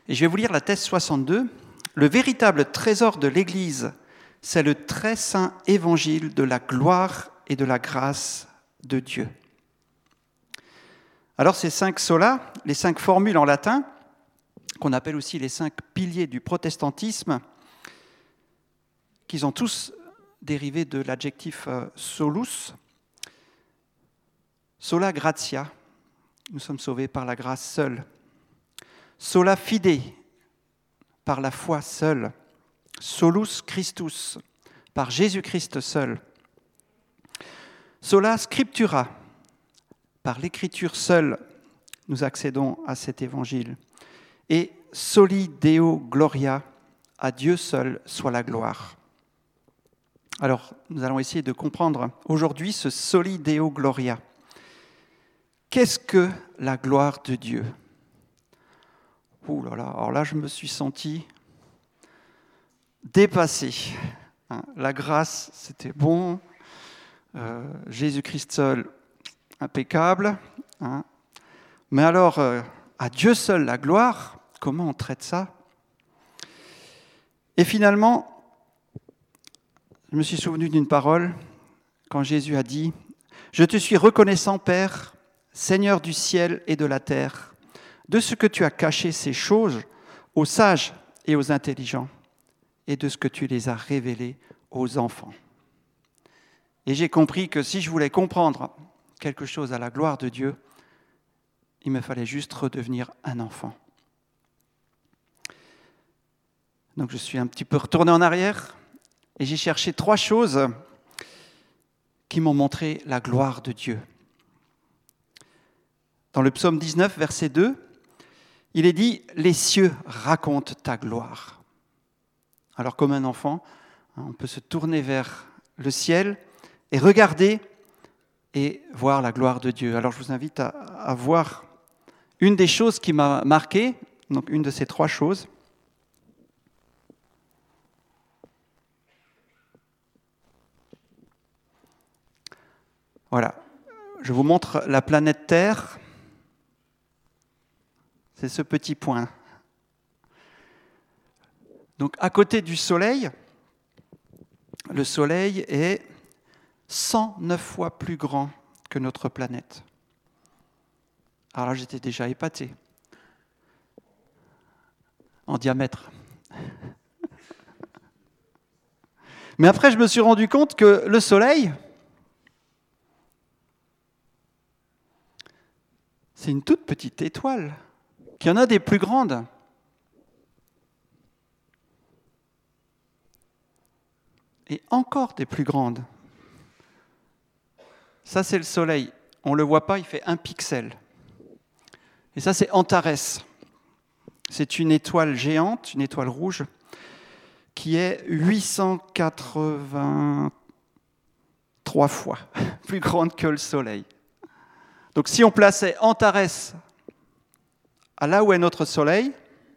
Et je vais vous lire la thèse 62. Le véritable trésor de l'Église, c'est le très saint évangile de la gloire et de la grâce de Dieu. Alors ces 5 solas, les 5 formules en latin, qu'on appelle aussi les 5 piliers du protestantisme, qui sont tous dérivés de l'adjectif solus. Sola gratia, nous sommes sauvés par la grâce seule. Sola fide, par la foi seule. Solus Christus, par Jésus-Christ seul. Sola scriptura, par l'écriture seule, nous accédons à cet évangile. Et soli Deo gloria, à Dieu seul soit la gloire. Alors, nous allons essayer de comprendre aujourd'hui ce soli Deo gloria. Qu'est-ce que la gloire de Dieu ? Ouh là là, alors là, je me suis senti dépassé. La grâce, c'était bon. Jésus-Christ seul, impeccable. Mais alors, à Dieu seul la gloire, comment on traite ça ? Et finalement, je me suis souvenu d'une parole quand Jésus a dit « Je te suis reconnaissant, Père, Seigneur du ciel et de la terre, de ce que tu as caché ces choses aux sages et aux intelligents, et de ce que tu les as révélées aux enfants. » Et j'ai compris que si je voulais comprendre quelque chose à la gloire de Dieu, il me fallait juste redevenir un enfant. Donc je suis un petit peu retourné en arrière et j'ai cherché 3 choses qui m'ont montré la gloire de Dieu. Dans le psaume 19, verset 2, il est dit « Les cieux racontent ta gloire ». Alors comme un enfant, on peut se tourner vers le ciel et regarder et voir la gloire de Dieu. Alors je vous invite à voir une des choses qui m'a marqué, donc une de ces 3 choses. Voilà, je vous montre la planète Terre. C'est ce petit point. Donc à côté du Soleil, le Soleil est 109 fois plus grand que notre planète. Alors là, j'étais déjà épaté. En diamètre. Mais après, je me suis rendu compte que le Soleil, c'est une toute petite étoile, qu'il y en a des plus grandes. Et encore des plus grandes. Ça, c'est le Soleil. On ne le voit pas, il fait 1 pixel. Et ça, c'est Antares. C'est une étoile géante, une étoile rouge, qui est 883 fois plus grande que le Soleil. Donc si on plaçait Antares à là où est notre Soleil,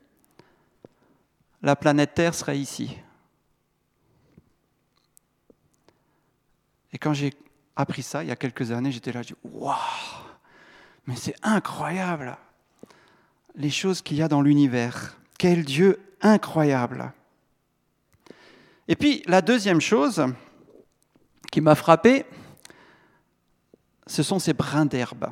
la planète Terre serait ici. Et quand j'ai appris ça, il y a quelques années, j'étais là, je dis « Waouh, mais c'est incroyable !» Les choses qu'il y a dans l'univers. Quel Dieu incroyable! Et puis, la deuxième chose qui m'a frappé, ce sont ces brins d'herbe.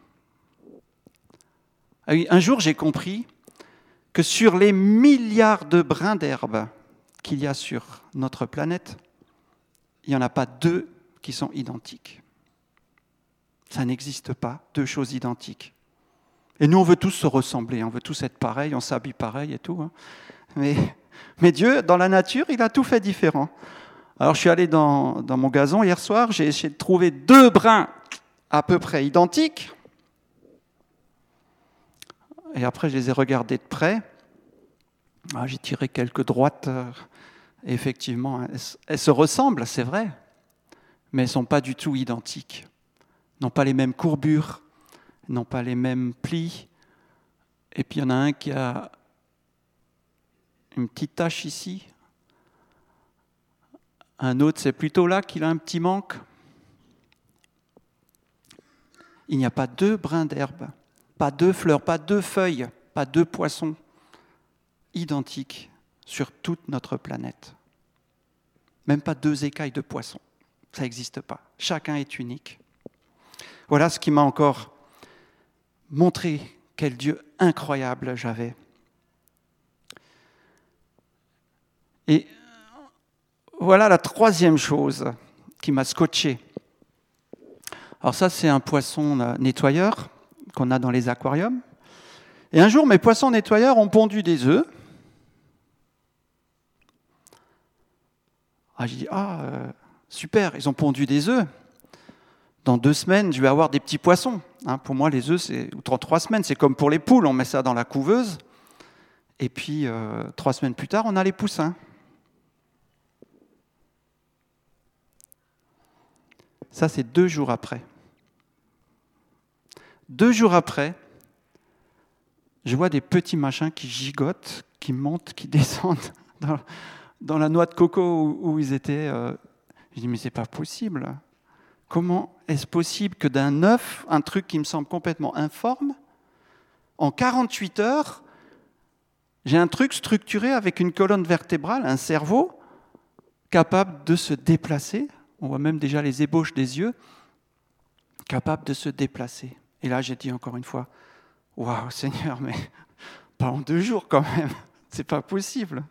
Un jour, j'ai compris que sur les milliards de brins d'herbe qu'il y a sur notre planète, il n'y en a pas 2 qui sont identiques. Ça n'existe pas, 2 choses identiques. Et nous, on veut tous se ressembler, on veut tous être pareils, on s'habille pareil et tout. Mais Dieu, dans la nature, il a tout fait différent. Alors, je suis allé dans mon gazon hier soir, j'ai essayé de trouver 2 brins à peu près identiques. Et après, je les ai regardés de près. J'ai tiré quelques droites. Et effectivement, elles se ressemblent, c'est vrai. Mais elles ne sont pas du tout identiques. Elles n'ont pas les mêmes courbures, n'ont pas les mêmes plis. Et puis il y en a un qui a une petite tache ici. Un autre, c'est plutôt là qu'il a un petit manque. Il n'y a pas 2 brins d'herbe, pas 2 fleurs, pas 2 feuilles, pas 2 poissons. identiques sur toute notre planète. Même pas 2 écailles de poisson. Ça n'existe pas. Chacun est unique. Voilà ce qui m'a encore montré quel Dieu incroyable j'avais. Et voilà la 3e chose qui m'a scotché. Alors ça, c'est un poisson nettoyeur qu'on a dans les aquariums. Et un jour, mes poissons nettoyeurs ont pondu des œufs. J'ai dit, super, ils ont pondu des œufs. Dans 2 semaines, je vais avoir des petits poissons. Pour moi, les œufs, ou 3 semaines, c'est comme pour les poules. On met ça dans la couveuse. Et puis, 3 semaines plus tard, on a les poussins. Ça, c'est 2 jours après. 2 jours après, je vois des petits machins qui gigotent, qui montent, qui descendent dans la noix de coco où ils étaient. Je dis, mais c'est pas possible. Comment est-ce possible que d'un œuf, un truc qui me semble complètement informe, en 48 heures, j'ai un truc structuré avec une colonne vertébrale, un cerveau, capable de se déplacer. On voit même déjà les ébauches des yeux, capable de se déplacer. Et là, j'ai dit encore une fois, waouh, Seigneur, mais pas en 2 jours quand même, c'est pas possible.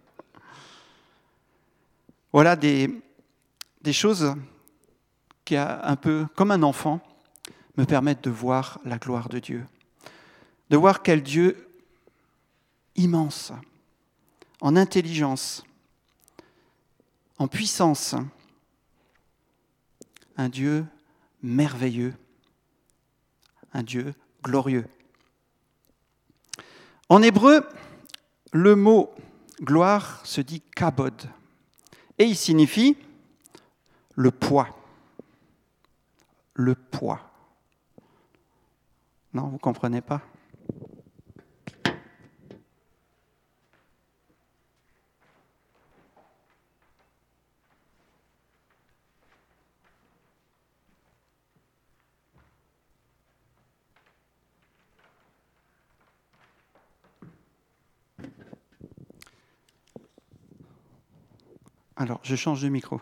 Voilà des choses qui, un peu comme un enfant, me permettent de voir la gloire de Dieu, de voir quel Dieu immense, en intelligence, en puissance, un Dieu merveilleux, un Dieu glorieux. En hébreu, le mot gloire se dit kabod et il signifie le poids. Le poids. Non, vous ne comprenez pas ? Alors, je change de micro.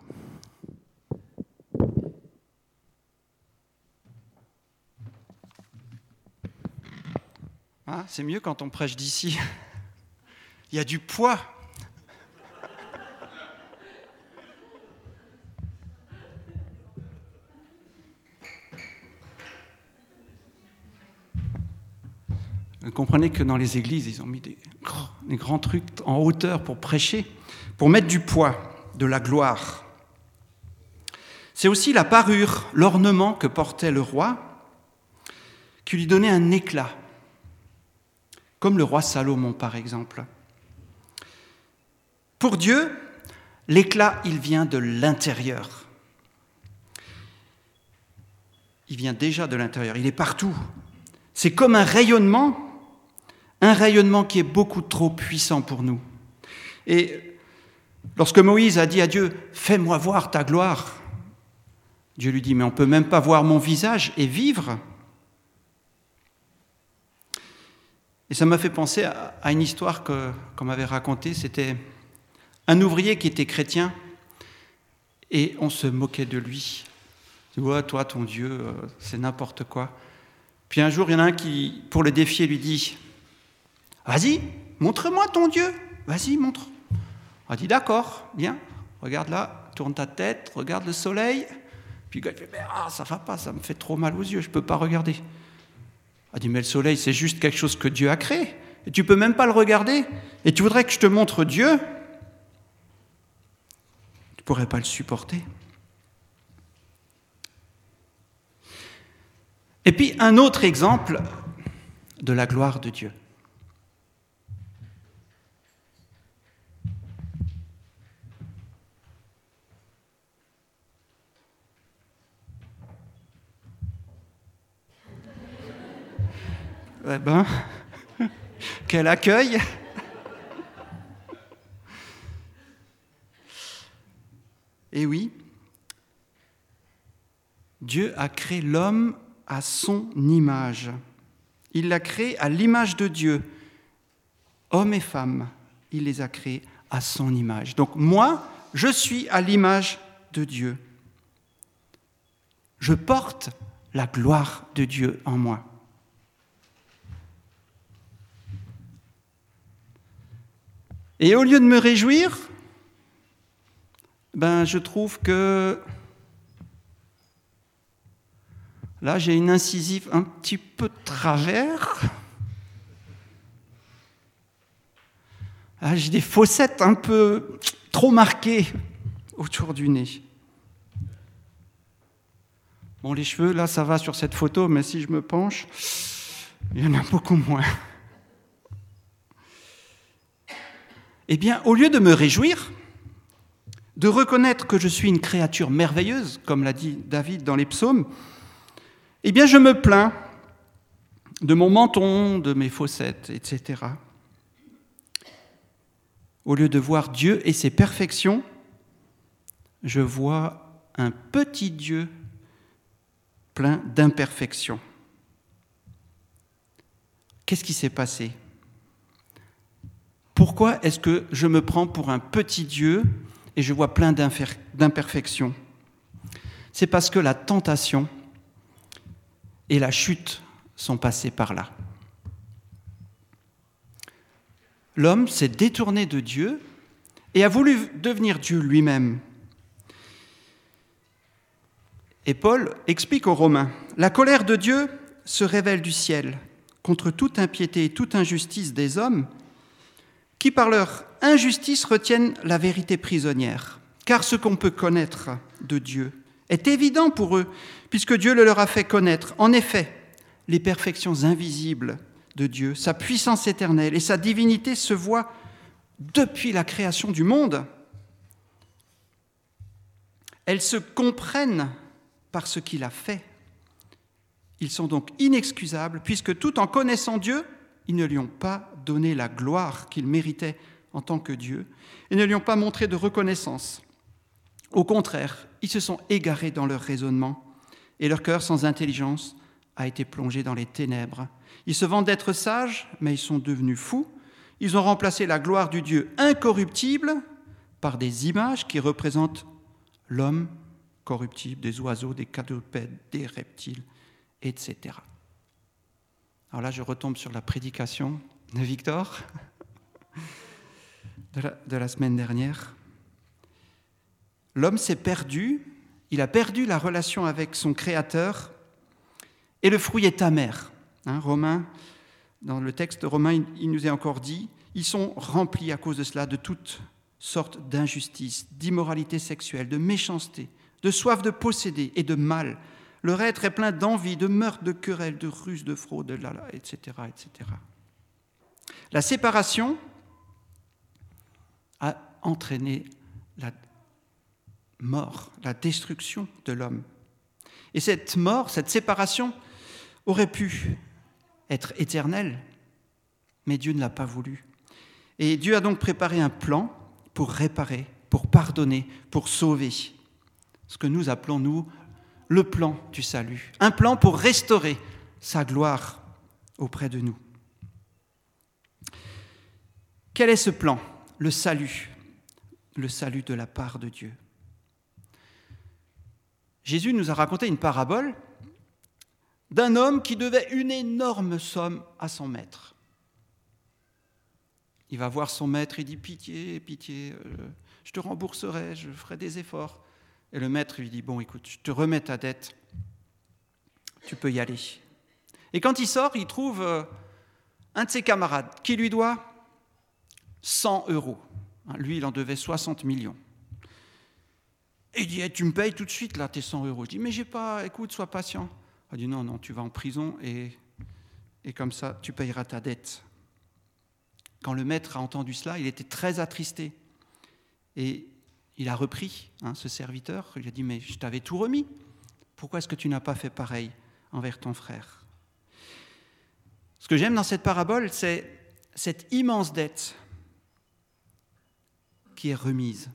C'est mieux quand on prêche d'ici. Il y a du poids. Vous comprenez que dans les églises, ils ont mis des grands trucs en hauteur pour prêcher, pour mettre du poids, de la gloire. C'est aussi la parure, l'ornement que portait le roi, qui lui donnait un éclat, comme le roi Salomon par exemple. Pour Dieu, l'éclat, il vient de l'intérieur. Il vient déjà de l'intérieur, il est partout. C'est comme un rayonnement qui est beaucoup trop puissant pour nous. Et lorsque Moïse a dit à Dieu « Fais-moi voir ta gloire », Dieu lui dit « Mais on ne peut même pas voir mon visage et vivre ». Et ça m'a fait penser à une histoire qu'on m'avait racontée. C'était un ouvrier qui était chrétien et on se moquait de lui. Tu vois, toi, ton Dieu, c'est n'importe quoi. Puis un jour, il y en a un qui, pour le défier, lui dit « Vas-y, montre-moi ton Dieu, vas-y, montre ». On a dit « D'accord, viens, regarde là, tourne ta tête, regarde le soleil ». Puis le gars, il fait « ça va pas, ça me fait trop mal aux yeux, je ne peux pas regarder ». On a dit « Mais le soleil, c'est juste quelque chose que Dieu a créé, et tu ne peux même pas le regarder, et tu voudrais que je te montre Dieu ?» Tu ne pourrais pas le supporter. Et puis un autre exemple de la gloire de Dieu. Eh ben, quel accueil! Et oui, Dieu a créé l'homme à son image. Il l'a créé à l'image de Dieu, homme et femme. il les a créés à son image. Donc moi, je suis à l'image de Dieu. Je porte la gloire de Dieu en moi. Et au lieu de me réjouir, je trouve que là, j'ai une incisive un petit peu de travers. Là, j'ai des fossettes un peu trop marquées autour du nez. Bon, les cheveux, là, ça va sur cette photo, mais si je me penche, il y en a beaucoup moins. Eh bien, au lieu de me réjouir, de reconnaître que je suis une créature merveilleuse, comme l'a dit David dans les psaumes, eh bien, je me plains de mon menton, de mes fossettes, etc. Au lieu de voir Dieu et ses perfections, je vois un petit Dieu plein d'imperfections. Qu'est-ce qui s'est passé ? Pourquoi est-ce que je me prends pour un petit Dieu et je vois plein d'imperfections ? C'est parce que la tentation et la chute sont passées par là. L'homme s'est détourné de Dieu et a voulu devenir Dieu lui-même. Et Paul explique aux Romains, « La colère de Dieu se révèle du ciel contre toute impiété et toute injustice des hommes qui, par leur injustice, retiennent la vérité prisonnière. Car ce qu'on peut connaître de Dieu est évident pour eux, puisque Dieu le leur a fait connaître. En effet, les perfections invisibles de Dieu, sa puissance éternelle et sa divinité se voient depuis la création du monde. Elles se comprennent par ce qu'il a fait. Ils sont donc inexcusables, puisque tout en connaissant Dieu, ils ne lui ont pas donné la gloire qu'il méritait en tant que Dieu et ne lui ont pas montré de reconnaissance. Au contraire, ils se sont égarés dans leur raisonnement et leur cœur sans intelligence a été plongé dans les ténèbres. Ils se vantent d'être sages, mais ils sont devenus fous. Ils ont remplacé la gloire du Dieu incorruptible par des images qui représentent l'homme corruptible, des oiseaux, des quadrupèdes, des reptiles, etc. Alors là, je retombe sur la prédication de Victor de la semaine dernière. L'homme s'est perdu, il a perdu la relation avec son Créateur et le fruit est amer. Dans le texte de Romains, il nous est encore dit, ils sont remplis à cause de cela de toutes sortes d'injustices, d'immoralité sexuelle, de méchanceté, de soif de posséder et de mal. Leur être est plein d'envie, de meurtre, de querelles, de ruses, de fraude, etc., etc. La séparation a entraîné la mort, la destruction de l'homme. Et cette mort, cette séparation aurait pu être éternelle, mais Dieu ne l'a pas voulu. Et Dieu a donc préparé un plan pour réparer, pour pardonner, pour sauver. Ce que nous appelons, nous, le plan du salut. Un plan pour restaurer sa gloire auprès de nous. Quel est ce plan ? Le salut de la part de Dieu. Jésus nous a raconté une parabole d'un homme qui devait une énorme somme à son maître. Il va voir son maître, il dit « Pitié, pitié, je te rembourserai, je ferai des efforts. » Et le maître lui dit « Bon, écoute, je te remets ta dette, tu peux y aller. » Et quand il sort, il trouve un de ses camarades qui lui doit 100 €. Lui, il en devait 60 millions. Et il dit hey, « Tu me payes tout de suite, là, tes 100 €. » Je dis « Mais j'ai pas, écoute, sois patient. » Il dit « Non, tu vas en prison et comme ça, tu payeras ta dette. » Quand le maître a entendu cela, il était très attristé. Et il a repris ce serviteur. Il a dit « Mais je t'avais tout remis. Pourquoi est-ce que tu n'as pas fait pareil envers ton frère ?» Ce que j'aime dans cette parabole, c'est cette immense dette qui est remise.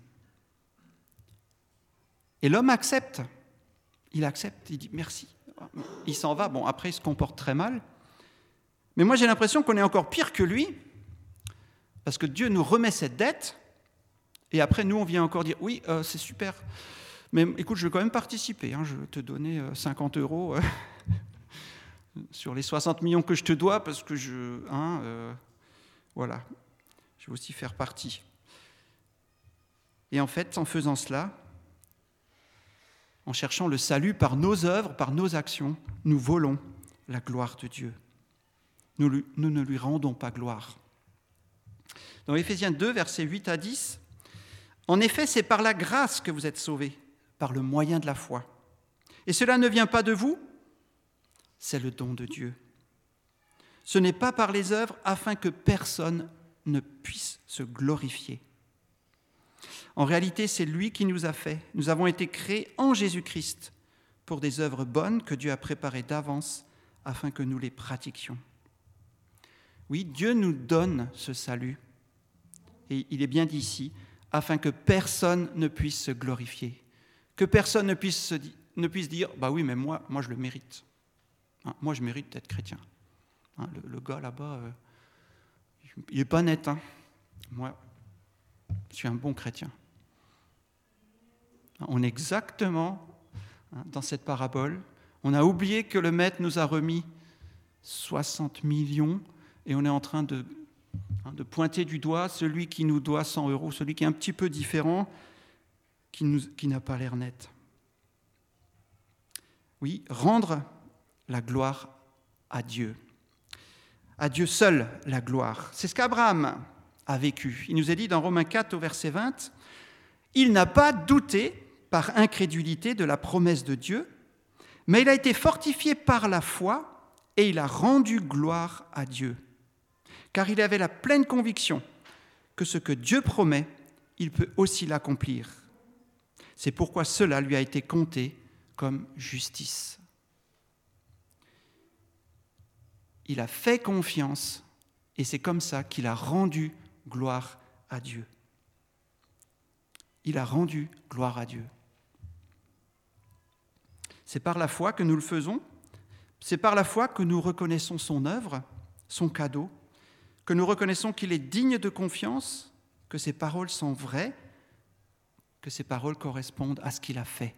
Et l'homme accepte. Il accepte, il dit « Merci ». Il s'en va. Bon, après, il se comporte très mal. Mais moi, j'ai l'impression qu'on est encore pire que lui. Parce que Dieu nous remet cette dette, et après, nous, on vient encore dire, oui, c'est super, mais écoute, je vais quand même participer, je vais te donner 50 € sur les 60 millions que je te dois, parce que voilà, je vais aussi faire partie. Et en fait, en faisant cela, en cherchant le salut par nos œuvres, par nos actions, nous volons la gloire de Dieu. Nous ne lui rendons pas gloire. Dans Éphésiens 2, versets 8 à 10, « En effet, c'est par la grâce que vous êtes sauvés, par le moyen de la foi. Et cela ne vient pas de vous, c'est le don de Dieu. Ce n'est pas par les œuvres afin que personne ne puisse se glorifier. En réalité, c'est lui qui nous a fait. Nous avons été créés en Jésus-Christ pour des œuvres bonnes que Dieu a préparées d'avance afin que nous les pratiquions. » Oui, Dieu nous donne ce salut. Et il est bien dit ici, afin que personne ne puisse se glorifier. Que personne ne puisse dire, bah oui, mais moi je le mérite. Moi, je mérite d'être chrétien. Le gars là-bas, il n'est pas net. Moi, je suis un bon chrétien. On est exactement dans cette parabole. On a oublié que le maître nous a remis 60 millions et on est en train de pointer du doigt celui qui nous doit 100 €, celui qui est un petit peu différent, qui n'a pas l'air net. Oui, rendre la gloire à Dieu. À Dieu seul la gloire. C'est ce qu'Abraham a vécu. Il nous est dit dans Romains 4 au verset 20, « Il n'a pas douté par incrédulité de la promesse de Dieu, mais il a été fortifié par la foi et il a rendu gloire à Dieu. Car il avait la pleine conviction que ce que Dieu promet, il peut aussi l'accomplir. C'est pourquoi cela lui a été compté comme justice. » Il a fait confiance et c'est comme ça qu'il a rendu gloire à Dieu. Il a rendu gloire à Dieu. C'est par la foi que nous le faisons, c'est par la foi que nous reconnaissons son œuvre, son cadeau, que nous reconnaissons qu'il est digne de confiance, que ses paroles sont vraies, que ses paroles correspondent à ce qu'il a fait.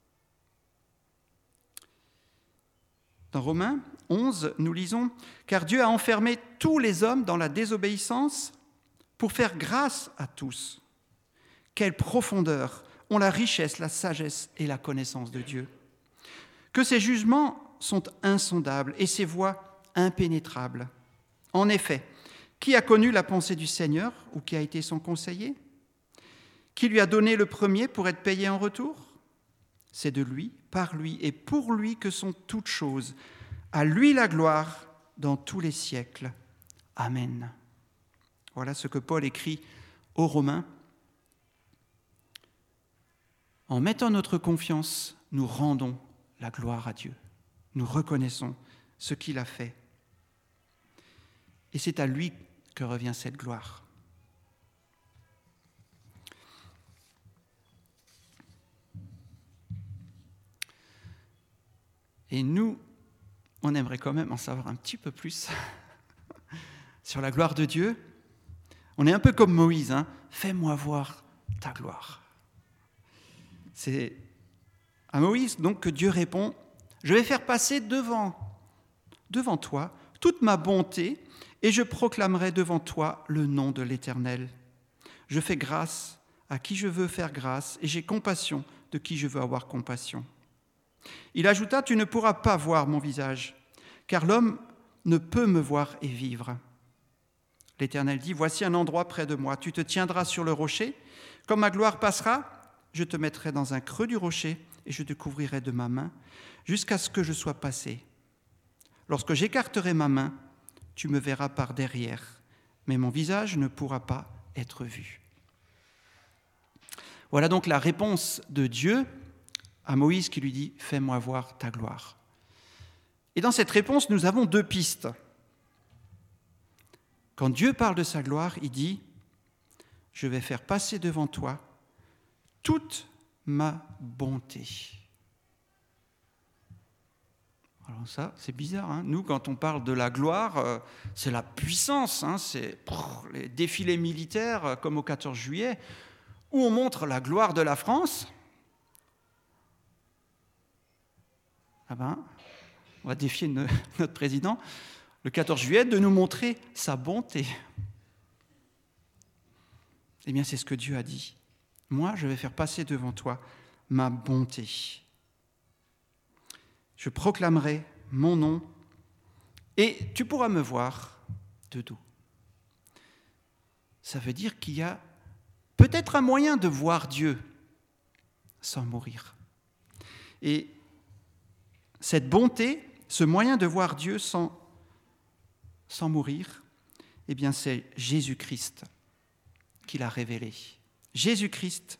Dans Romains 11, nous lisons « Car Dieu a enfermé tous les hommes dans la désobéissance pour faire grâce à tous. Quelle profondeur ont la richesse, la sagesse et la connaissance de Dieu. Que ses jugements sont insondables et ses voies impénétrables. En effet, qui a connu la pensée du Seigneur ou qui a été son conseiller? Qui lui a donné le premier pour être payé en retour? C'est de lui, par lui et pour lui que sont toutes choses. À lui la gloire dans tous les siècles. Amen. » Voilà ce que Paul écrit aux Romains. En mettant notre confiance, nous rendons la gloire à Dieu. Nous reconnaissons ce qu'il a fait. Et c'est à lui que revient cette gloire. Et nous, on aimerait quand même en savoir un petit peu plus sur la gloire de Dieu. On est un peu comme Moïse, hein. Fais-moi voir ta gloire. C'est à Moïse donc que Dieu répond, je vais faire passer devant toi toute ma bonté et je proclamerai devant toi le nom de l'Éternel. Je fais grâce à qui je veux faire grâce et j'ai compassion de qui je veux avoir compassion. Il ajouta, tu ne pourras pas voir mon visage, car l'homme ne peut me voir et vivre. L'Éternel dit, voici un endroit près de moi, tu te tiendras sur le rocher, quand ma gloire passera, je te mettrai dans un creux du rocher et je te couvrirai de ma main jusqu'à ce que je sois passé. Lorsque j'écarterai ma main, tu me verras par derrière, mais mon visage ne pourra pas être vu. Voilà donc la réponse de Dieu à Moïse qui lui dit « Fais-moi voir ta gloire ». Et dans cette réponse, nous avons deux pistes. Quand Dieu parle de sa gloire, il dit « Je vais faire passer devant toi toute ma bonté ». Alors ça, c'est bizarre. Hein. Nous, quand on parle de la gloire, c'est la puissance. Hein. C'est les défilés militaires, comme au 14 juillet, où on montre la gloire de la France. Ah ben, on va défier notre président, le 14 juillet, de nous montrer sa bonté. Eh bien, c'est ce que Dieu a dit. Moi, je vais faire passer devant toi ma bonté. Je proclamerai mon nom et tu pourras me voir de dos. Ça veut dire qu'il y a peut-être un moyen de voir Dieu sans mourir. Et cette bonté, ce moyen de voir Dieu sans mourir, eh bien c'est Jésus-Christ qui l'a révélé. Jésus-Christ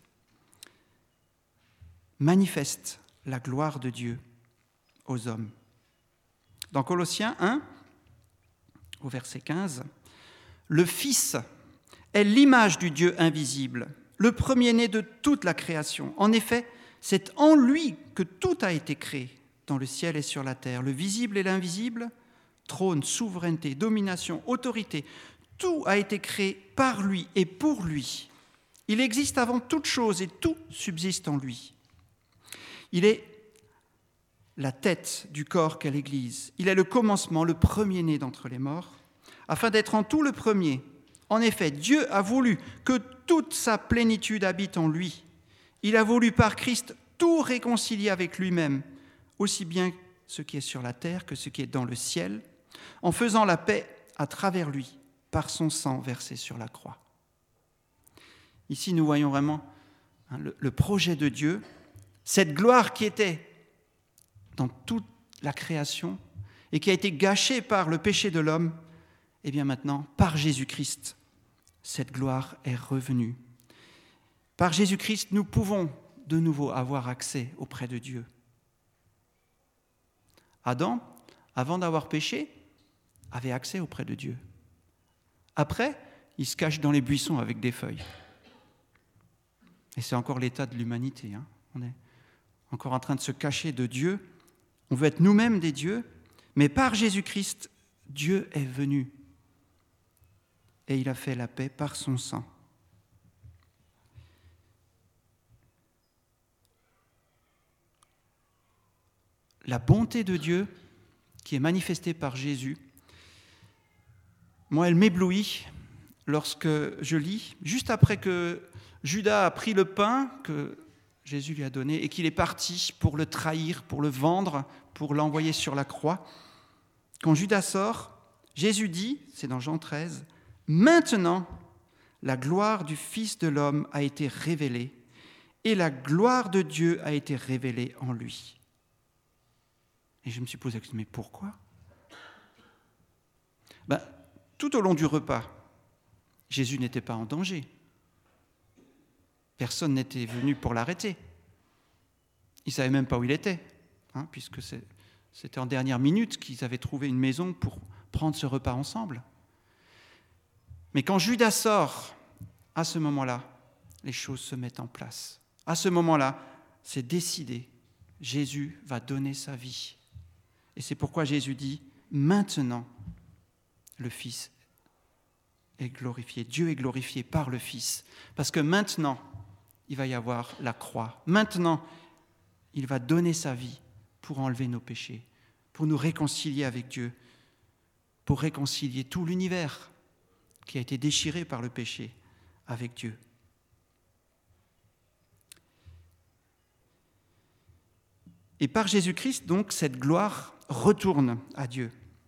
manifeste la gloire de Dieu aux hommes. Dans Colossiens 1, au verset 15, « Le Fils est l'image du Dieu invisible, le premier-né de toute la création. En effet, c'est en lui que tout a été créé, dans le ciel et sur la terre, le visible et l'invisible, trône, souveraineté, domination, autorité, tout a été créé par lui et pour lui. Il existe avant toute chose et tout subsiste en lui. Il est la tête du corps qu'est l'Église. Il est le commencement, le premier-né d'entre les morts, afin d'être en tout le premier. En effet, Dieu a voulu que toute sa plénitude habite en lui. Il a voulu par Christ tout réconcilier avec lui-même, aussi bien ce qui est sur la terre que ce qui est dans le ciel, en faisant la paix à travers lui, par son sang versé sur la croix. Ici, nous voyons vraiment le projet de Dieu, cette gloire qui était dans toute la création et qui a été gâchée par le péché de l'homme, et bien maintenant, par Jésus-Christ, cette gloire est revenue. Par Jésus-Christ, nous pouvons de nouveau avoir accès auprès de Dieu. Adam, avant d'avoir péché, avait accès auprès de Dieu. Après, il se cache dans les buissons avec des feuilles. Et c'est encore l'état de l'humanité. Hein. On est encore en train de se cacher de Dieu. On veut être nous-mêmes des dieux, mais par Jésus-Christ, Dieu est venu. Et il a fait la paix par son sang. La bonté de Dieu qui est manifestée par Jésus, moi, elle m'éblouit lorsque je lis, juste après que Judas a pris le pain que Jésus lui a donné et qu'il est parti pour le trahir, pour le vendre, pour l'envoyer sur la croix. Quand Judas sort, Jésus dit, c'est dans Jean 13, « Maintenant, la gloire du Fils de l'homme a été révélée et la gloire de Dieu a été révélée en lui. » Et je me suis posé la question, mais pourquoi ? Tout au long du repas, Jésus n'était pas en danger. Personne n'était venu pour l'arrêter. Il ne savait même pas où il était, puisque c'était en dernière minute qu'ils avaient trouvé une maison pour prendre ce repas ensemble. Mais quand Judas sort, à ce moment-là, les choses se mettent en place. À ce moment-là, c'est décidé. Jésus va donner sa vie. Et c'est pourquoi Jésus dit, maintenant, le Fils est glorifié. Dieu est glorifié par le Fils. Parce que maintenant, il va y avoir la croix. Maintenant, il va donner sa vie pour enlever nos péchés, pour nous réconcilier avec Dieu, pour réconcilier tout l'univers qui a été déchiré par le péché avec Dieu. Et par Jésus-Christ, donc, cette gloire retourne à Dieu.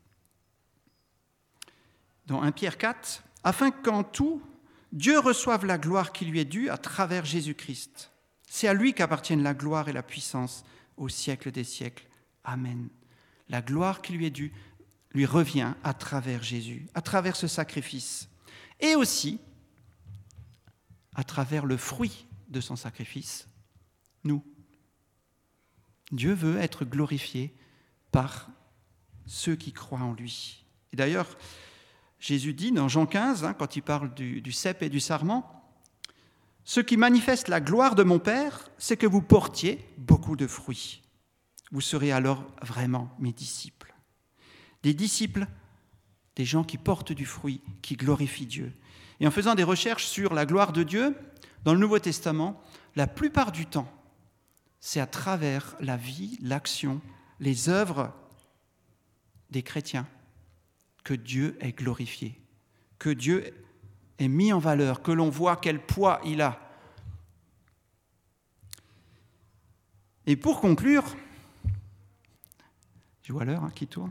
Dans 1 Pierre 4, « Afin qu'en tout, Dieu reçoive la gloire qui lui est due à travers Jésus-Christ. C'est à lui qu'appartiennent la gloire et la puissance au siècle des siècles. Amen. » La gloire qui lui est due lui revient à travers Jésus, à travers ce sacrifice, et aussi à travers le fruit de son sacrifice, nous. Dieu veut être glorifié par ceux qui croient en lui. Et d'ailleurs, Jésus dit dans Jean 15, quand il parle du cep et du sarment, « Ce qui manifeste la gloire de mon Père, c'est que vous portiez beaucoup de fruits. Vous serez alors vraiment mes disciples. Des disciples, des gens qui portent du fruit, qui glorifient Dieu. Et en faisant des recherches sur la gloire de Dieu, dans le Nouveau Testament, la plupart du temps, c'est à travers la vie, l'action, les œuvres des chrétiens que Dieu est glorifié, que Dieu est mis en valeur, que l'on voit quel poids il a. Et pour conclure, je vois l'heure qui tourne.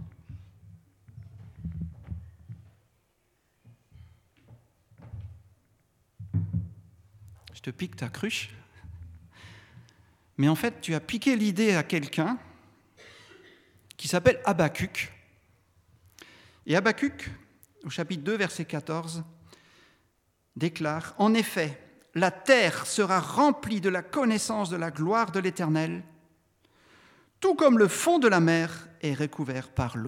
Je te pique ta cruche. Mais en fait, tu as piqué l'idée à quelqu'un qui s'appelle Habacuc. Et Habacuc, au chapitre 2, verset 14, déclare « En effet, la terre sera remplie de la connaissance de la gloire de l'Éternel, tout comme le fond de la mer est recouvert par l'eau. »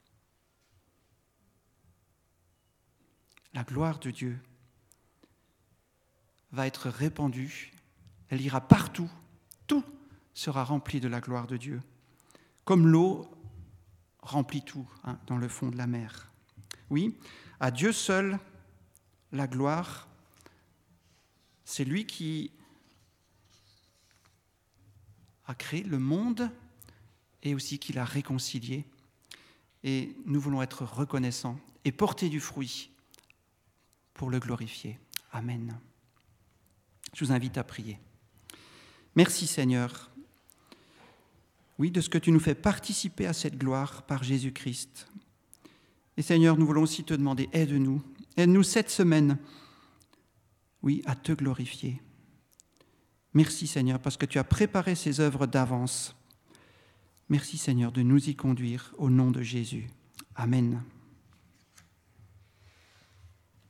La gloire de Dieu va être répandue, elle ira partout, tout sera rempli de la gloire de Dieu, comme l'eau remplit tout dans le fond de la mer. Oui, à Dieu seul, la gloire, c'est lui qui a créé le monde et aussi qui l'a réconcilié. Et nous voulons être reconnaissants et porter du fruit pour le glorifier. Amen. Je vous invite à prier. Merci Seigneur, oui, de ce que tu nous fais participer à cette gloire par Jésus-Christ. Et Seigneur, nous voulons aussi te demander, aide-nous cette semaine, oui, à te glorifier. Merci Seigneur, parce que tu as préparé ces œuvres d'avance. Merci Seigneur de nous y conduire au nom de Jésus. Amen.